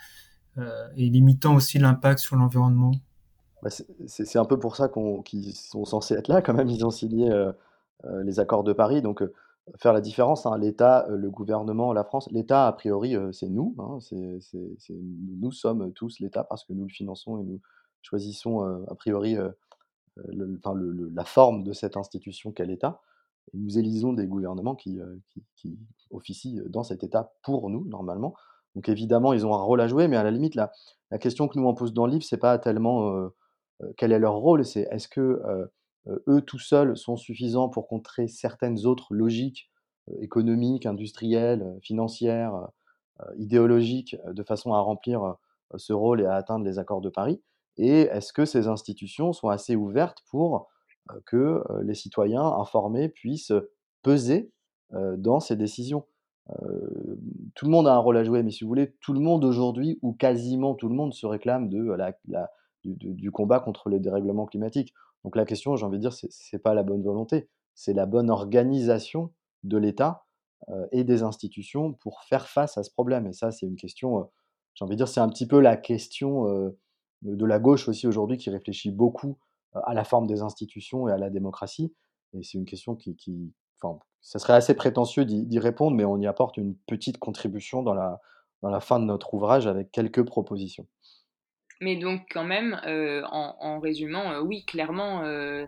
et limitant aussi l'impact sur l'environnement? Bah, c'est un peu pour ça qu'ils sont censés être là quand même. Ils ont signé les accords de Paris. Donc, faire la différence, hein, l'État, le gouvernement, la France. L'État, a priori, c'est nous, hein, nous sommes tous l'État parce que nous le finançons et nous choisissons, a priori, enfin, la forme de cette institution qu'est l'État. Et nous élisons des gouvernements qui officient dans cet État pour nous, normalement. Donc évidemment, ils ont un rôle à jouer, mais à la limite, la question que nous on pose dans le livre, c'est pas tellement quel est leur rôle, c'est est-ce que eux tout seuls sont suffisants pour contrer certaines autres logiques économiques, industrielles, financières, idéologiques, de façon à remplir ce rôle et à atteindre les accords de Paris? Et est-ce que ces institutions sont assez ouvertes pour que les citoyens informés puissent peser dans ces décisions? Tout le monde a un rôle à jouer, mais si vous voulez, tout le monde aujourd'hui, ou quasiment tout le monde, se réclame de du combat contre les dérèglements climatiques. Donc la question, j'ai envie de dire, c'est pas la bonne volonté, c'est la bonne organisation de l'État et des institutions pour faire face à ce problème. Et ça, c'est une question, j'ai envie de dire, c'est un petit peu la question de la gauche aussi aujourd'hui qui réfléchit beaucoup à la forme des institutions et à la démocratie. Et c'est une question enfin, ça serait assez prétentieux d'y répondre, mais on y apporte une petite contribution dans la fin de notre ouvrage avec quelques propositions. Mais donc quand même, en résumant, oui, clairement,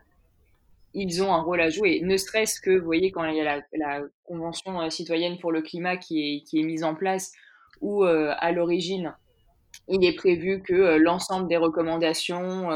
ils ont un rôle à jouer. Ne serait-ce que, vous voyez, quand il y a la Convention citoyenne pour le climat qui est mise en place, où à l'origine, il est prévu que l'ensemble des recommandations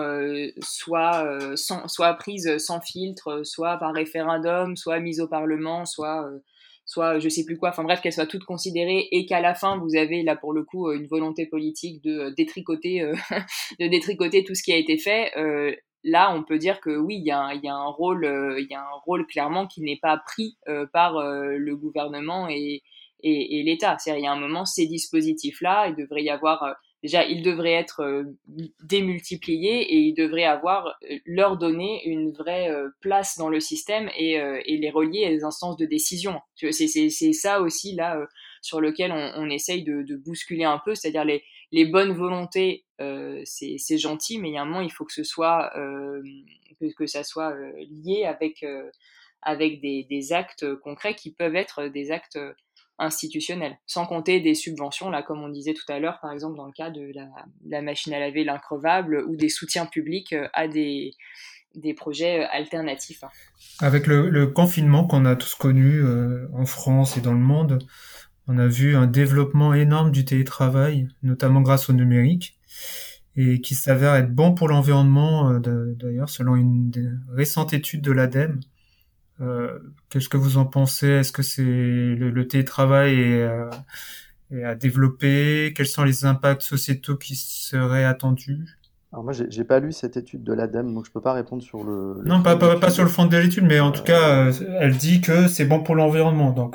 soient prises sans filtre, soit par référendum, soit mises au Parlement, soit je sais plus quoi, enfin bref, qu'elles soient toutes considérées et qu'à la fin, vous avez là pour le coup une volonté politique de détricoter, de détricoter tout ce qui a été fait. Là, on peut dire que oui, il y a un rôle clairement qui n'est pas pris par le gouvernement et l'État. C'est-à-dire, il y a un moment, ces dispositifs-là, il devrait y avoir déjà, ils devraient être démultipliés et ils devraient leur donner une vraie place dans le système et les relier à des instances de décision. C'est ça aussi là sur lequel on essaye de bousculer un peu, c'est-à-dire les bonnes volontés, c'est gentil, mais il y a un moment, il faut que ce soit que ça soit lié avec des actes concrets qui peuvent être des actes institutionnels, sans compter des subventions, là, comme on disait tout à l'heure, par exemple dans le cas de la machine à laver, l'increvable, ou des soutiens publics à des projets alternatifs. Avec le confinement qu'on a tous connu en France et dans le monde, on a vu un développement énorme du télétravail, notamment grâce au numérique, et qui s'avère être bon pour l'environnement, d'ailleurs, selon une récente étude de l'ADEME. Qu'est-ce que vous en pensez? Est-ce que le télétravail est à développer? Quels sont les impacts sociétaux qui seraient attendus? Alors moi, j'ai pas lu cette étude de l'ADEME, donc je peux pas répondre sur le Non, fond de pas sur l'étude. le fond de l'étude, mais en tout cas, elle dit que c'est bon pour l'environnement, donc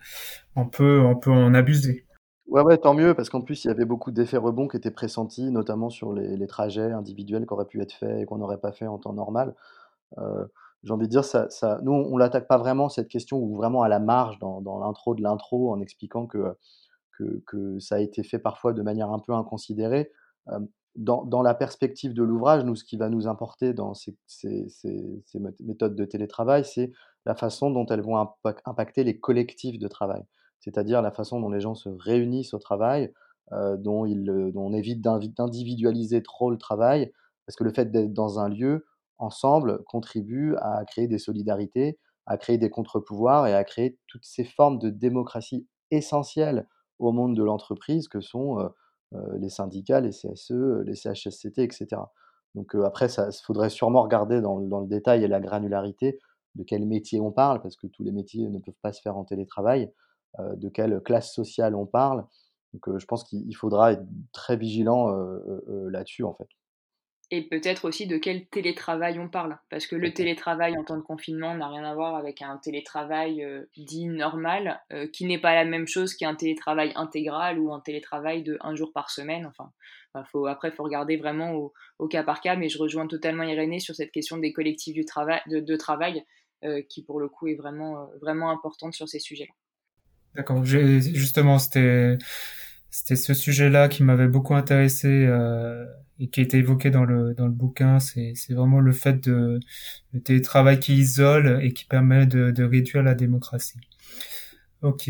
on peut en abuser. Ouais, ouais, tant mieux, parce qu'en plus, il y avait beaucoup d'effets rebonds qui étaient pressentis, notamment sur les trajets individuels qui auraient pu être faits et qu'on n'aurait pas fait en temps normal. Heu, j'ai envie de dire nous, on l'attaque pas vraiment cette question, ou vraiment à la marge dans l'intro de l'intro, en expliquant que ça a été fait parfois de manière un peu inconsidérée. Dans la perspective de l'ouvrage, nous, ce qui va nous importer dans ces méthodes de télétravail, c'est la façon dont elles vont impacter les collectifs de travail. C'est-à-dire la façon dont les gens se réunissent au travail, dont on évite d'individualiser trop le travail, parce que le fait d'être dans un lieu ensemble contribue à créer des solidarités, à créer des contre-pouvoirs et à créer toutes ces formes de démocratie essentielles au monde de l'entreprise que sont, les syndicats, les CSE, les CHSCT, et cetera. Donc, après ça faudrait sûrement regarder dans le détail et la granularité de quel métier on parle, parce que tous les métiers ne peuvent pas se faire en télétravail, de quelle classe sociale on parle. Donc, je pense qu'il faudra être très vigilant, là-dessus, en fait. Et peut-être aussi de quel télétravail on parle. Parce que le télétravail en temps de confinement n'a rien à voir avec un télétravail dit normal, qui n'est pas la même chose qu'un télétravail intégral ou un télétravail de un jour par semaine. Enfin, après, il faut regarder vraiment au cas par cas, mais je rejoins totalement Irénée sur cette question des collectifs de travail, qui pour le coup est vraiment importante sur ces sujets-là. D'accord. Justement, c'était ce sujet-là qui m'avait beaucoup intéressé et qui a été évoqué dans le bouquin. C'est vraiment le fait le télétravail qui isole et qui permet de réduire la démocratie. Ok.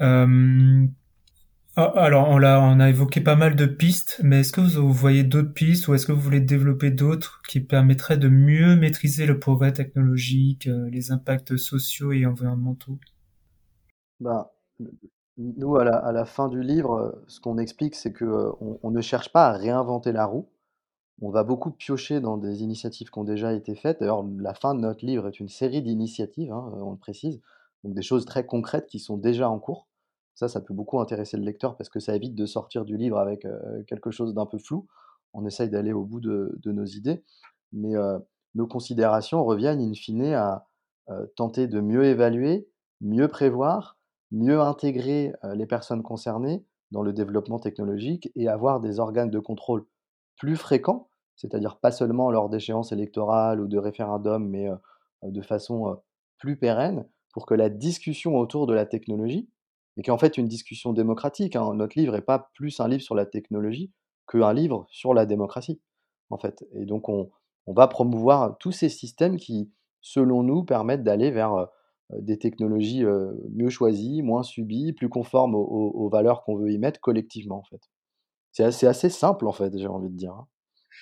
Alors on a évoqué pas mal de pistes, mais est-ce que vous voyez d'autres pistes ou est-ce que vous voulez développer d'autres qui permettraient de mieux maîtriser le progrès technologique, les impacts sociaux et environnementaux? Ben, nous, à la fin du livre, ce qu'on explique, c'est que, on ne cherche pas à réinventer la roue. On va beaucoup piocher dans des initiatives qui ont déjà été faites. D'ailleurs, la fin de notre livre est une série d'initiatives, hein, on le précise, donc des choses très concrètes qui sont déjà en cours. Ça peut beaucoup intéresser le lecteur parce que ça évite de sortir du livre avec, quelque chose d'un peu flou. On essaye d'aller au bout de nos idées, mais, nos considérations reviennent in fine à, tenter de mieux évaluer, mieux prévoir, mieux intégrer, les personnes concernées dans le développement technologique et avoir des organes de contrôle plus fréquents, c'est-à-dire pas seulement lors d'échéances électorales ou de référendums, mais, de façon, plus pérenne pour que la discussion autour de la technologie et qui est en fait une discussion démocratique, hein. Notre livre est pas plus un livre sur la technologie qu'un livre sur la démocratie, en fait et donc on va promouvoir tous ces systèmes qui, selon nous, permettent d'aller vers, des technologies, mieux choisies, moins subies, plus conformes aux valeurs qu'on veut y mettre collectivement, en fait. C'est assez simple, en fait, j'ai envie de dire, hein.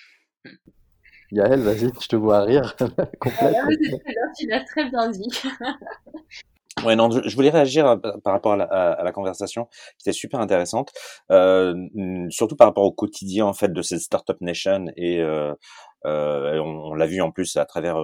Yael, vas-y, je te vois rire. Complète. Tu l'as très bien dit. Ouais, non, je voulais réagir par rapport à la conversation qui était super intéressante, surtout par rapport au quotidien en fait de cette startup nation et on l'a vu en plus à travers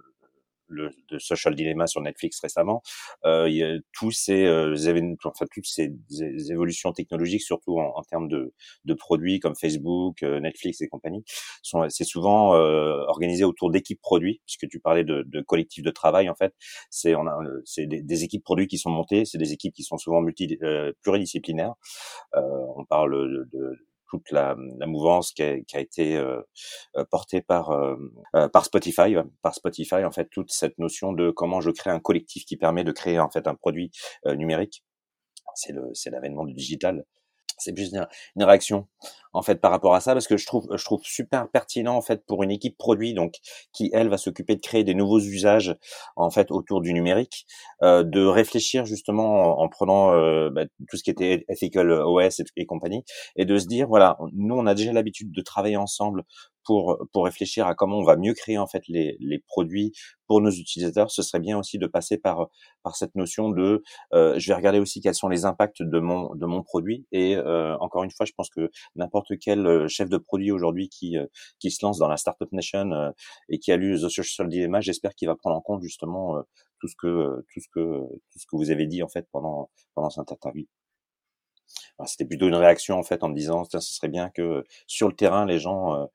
de Social Dilemma sur Netflix récemment. Il y a tous ces événements, enfin toutes ces évolutions technologiques, surtout en termes de produits comme Facebook, Netflix et compagnie, c'est souvent organisé autour d'équipes produits, puisque tu parlais de collectifs de travail en fait. C'est des équipes produits qui sont montées, c'est des équipes qui sont souvent pluridisciplinaires. On parle de toute la mouvance qui a été portée par Spotify, par Spotify en fait, toute cette notion de comment je crée un collectif qui permet de créer en fait un produit numérique. C'est l'avènement du digital. C'est plus une réaction en fait par rapport à ça parce que je trouve super pertinent en fait pour une équipe produit donc qui elle va s'occuper de créer des nouveaux usages en fait autour du numérique, de réfléchir justement en prenant tout ce qui était ethical OS et compagnie et de se dire voilà, nous on a déjà l'habitude de travailler ensemble pour réfléchir à comment on va mieux créer en fait les produits pour nos utilisateurs. Ce serait bien aussi de passer par cette notion de je vais regarder aussi quels sont les impacts de mon produit et encore une fois je pense que n'importe quel chef de produit aujourd'hui qui se lance dans la startup nation et qui a lu The Social Dilemma, j'espère qu'il va prendre en compte justement tout ce que vous avez dit en fait pendant cette interview. Alors, c'était plutôt une réaction en fait en me disant tiens, ce serait bien que sur le terrain les gens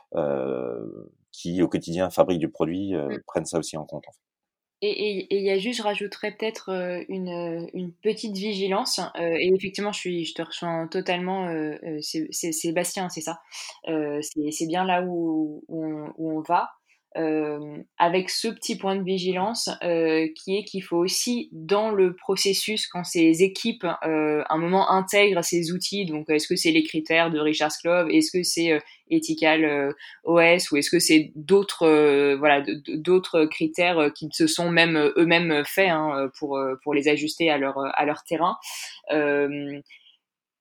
qui au quotidien fabriquent du produit prennent ça aussi en compte en fait. Et il y a juste, je rajouterais peut-être une petite vigilance. Et effectivement, je te rejoins totalement. C'est Sébastien, c'est ça. C'est bien là où on va. Avec ce petit point de vigilance qui est qu'il faut aussi dans le processus quand ces équipes un moment intègrent ces outils, donc est-ce que c'est les critères de Richard Klove, est-ce que c'est Ethical OS ou est-ce que c'est d'autres d'autres critères qui se sont même eux-mêmes faits pour les ajuster à leur terrain,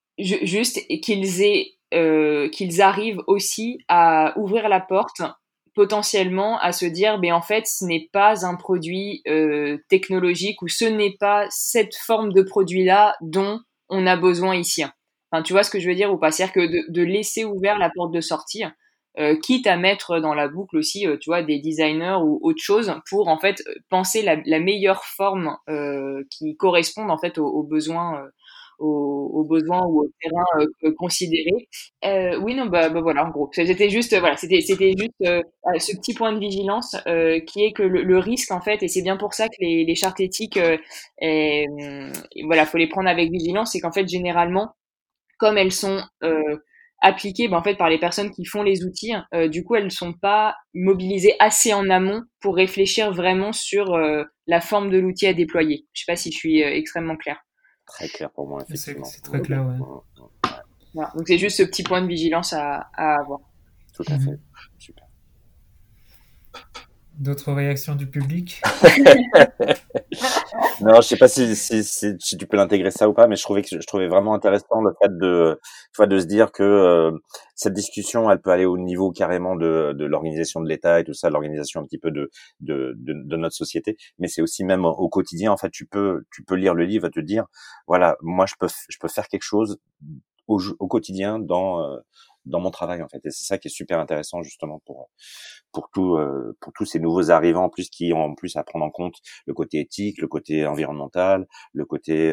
juste qu'ils arrivent aussi à ouvrir la porte potentiellement à se dire, en fait, ce n'est pas un produit technologique ou ce n'est pas cette forme de produit-là dont on a besoin ici. Enfin, tu vois ce que je veux dire ou pas? C'est-à-dire que de laisser ouvert la porte de sortie, quitte à mettre dans la boucle aussi, tu vois, des designers ou autre chose pour en fait penser la meilleure forme qui corresponde en fait aux besoins. Aux besoins ou au terrain considéré. Oui, non, voilà, en gros. C'était juste, voilà, c'était juste ce petit point de vigilance qui est que le risque, en fait, et c'est bien pour ça que les chartes éthiques, voilà, faut les prendre avec vigilance, c'est qu'en fait, généralement, comme elles sont appliquées en fait par les personnes qui font les outils, du coup elles sont pas mobilisées assez en amont pour réfléchir vraiment sur la forme de l'outil à déployer. Je sais pas si je suis extrêmement claire. Très clair pour moi, effectivement. C'est très clair, ouais. Voilà. Donc c'est juste ce petit point de vigilance à avoir. Tout à fait. Super. D'autres réactions du public? Non, je sais pas si tu peux l'intégrer ça ou pas, mais je trouvais vraiment intéressant le fait de se dire que cette discussion, elle peut aller au niveau carrément de l'organisation de l'État et tout ça, de l'organisation un petit peu de notre société, mais c'est aussi même au quotidien. En fait, tu peux lire le livre et te dire, voilà, moi je peux faire quelque chose au quotidien dans mon travail en fait, et c'est ça qui est super intéressant justement pour tous ces nouveaux arrivants en plus qui ont en plus à prendre en compte le côté éthique, le côté environnemental, le côté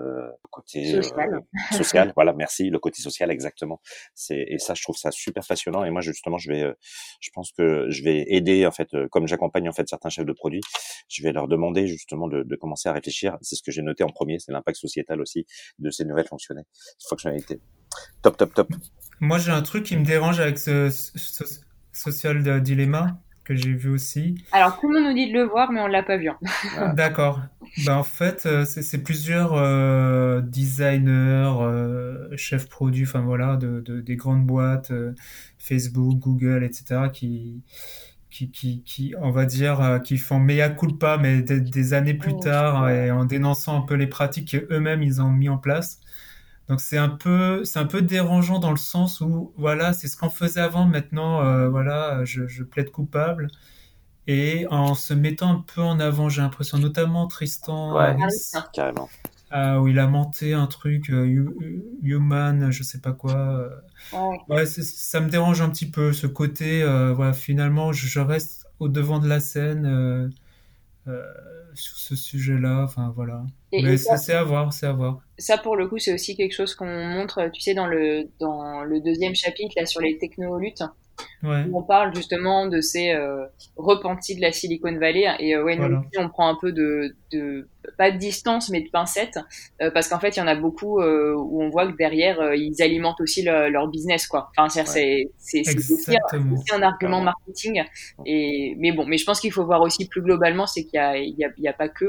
social. Voilà, merci, le côté social exactement. Et ça, je trouve ça super passionnant. Et moi, justement, je pense que je vais aider en fait, comme j'accompagne en fait certains chefs de produits, je vais leur demander justement de commencer à réfléchir. C'est ce que j'ai noté en premier, c'est l'impact sociétal aussi de ces nouvelles fonctionnalités. Top. Moi, j'ai un truc qui me dérange avec ce social dilemma que j'ai vu aussi. Alors, tout le monde nous dit de le voir, mais on l'a pas vu. D'accord. En fait, c'est plusieurs designers, chefs produits, enfin voilà, des grandes boîtes, Facebook, Google, etc., qui, on va dire, qui font mea culpa, mais des années plus tard, et en dénonçant un peu les pratiques qu'eux-mêmes ils ont mis en place. Donc c'est un peu dérangeant dans le sens où voilà, c'est ce qu'on faisait avant, maintenant voilà, je plaide coupable, et en se mettant un peu en avant, j'ai l'impression, notamment Tristan Harris, carrément. Où il a monté un truc human, je sais pas quoi. Ouais, ça me dérange un petit peu ce côté. Voilà, finalement, je reste au devant de la scène sur ce sujet-là. Enfin voilà. Mais c'est à voir, c'est à voir. Ça, pour le coup, c'est aussi quelque chose qu'on montre, tu sais, dans le deuxième chapitre là sur les technoluttes. Ouais. Où on parle justement de ces repentis de la Silicon Valley, et Voilà. nous, on prend un peu de pas de distance mais de pincettes, parce qu'en fait il y en a beaucoup où on voit que derrière ils alimentent aussi leur business, quoi. Enfin c'est aussi un argument marketing, mais je pense qu'il faut voir aussi plus globalement, c'est qu'il y a pas que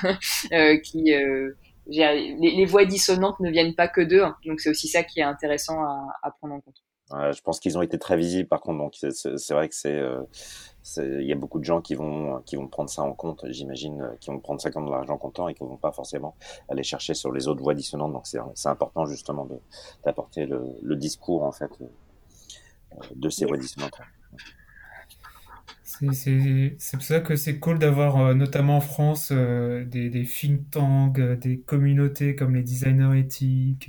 les voix dissonantes ne viennent pas que d'eux, donc c'est aussi ça qui est intéressant à prendre en compte. Je pense qu'ils ont été très visibles par contre, donc c'est vrai que il y a beaucoup de gens qui vont prendre ça en compte, j'imagine, qui vont prendre ça comme de l'argent comptant et qui vont pas forcément aller chercher sur les autres voix dissonantes. Donc c'est important justement d'apporter le discours en fait de ces voix dissonantes. C'est pour ça que c'est cool d'avoir notamment en France des think tanks, des communautés comme les designers éthiques.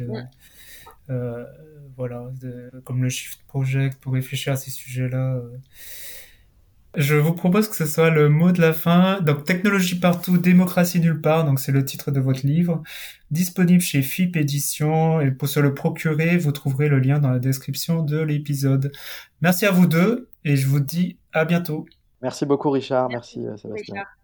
Voilà, comme le Shift Project pour réfléchir à ces sujets-là. Je vous propose que ce soit le mot de la fin. Donc, technologie partout, démocratie nulle part. Donc, c'est le titre de votre livre. Disponible chez FIP Édition. Et pour se le procurer, vous trouverez le lien dans la description de l'épisode. Merci à vous deux. Et je vous dis à bientôt. Merci beaucoup, Richard. Merci Sébastien. Richard.